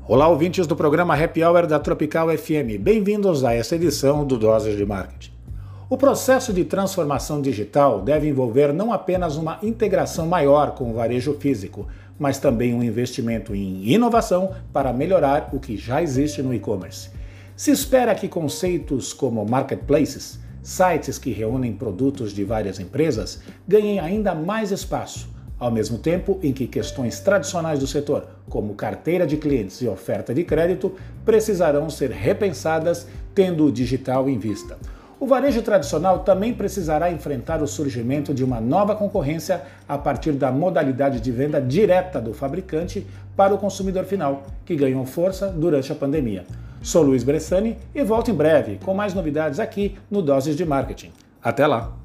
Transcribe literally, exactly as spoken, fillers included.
Olá, ouvintes do programa Happy Hour da Tropical F M. Bem-vindos a essa edição do Doses de Marketing. O processo de transformação digital deve envolver não apenas uma integração maior com o varejo físico, mas também um investimento em inovação para melhorar o que já existe no e-commerce. Se espera que conceitos como marketplaces, sites que reúnem produtos de várias empresas, ganhem ainda mais espaço, ao mesmo tempo em que questões tradicionais do setor, como carteira de clientes e oferta de crédito, precisarão ser repensadas tendo o digital em vista. O varejo tradicional também precisará enfrentar o surgimento de uma nova concorrência a partir da modalidade de venda direta do fabricante para o consumidor final, que ganhou força durante a pandemia. Sou Luiz Bressani e volto em breve com mais novidades aqui no Doses de Marketing. Até lá!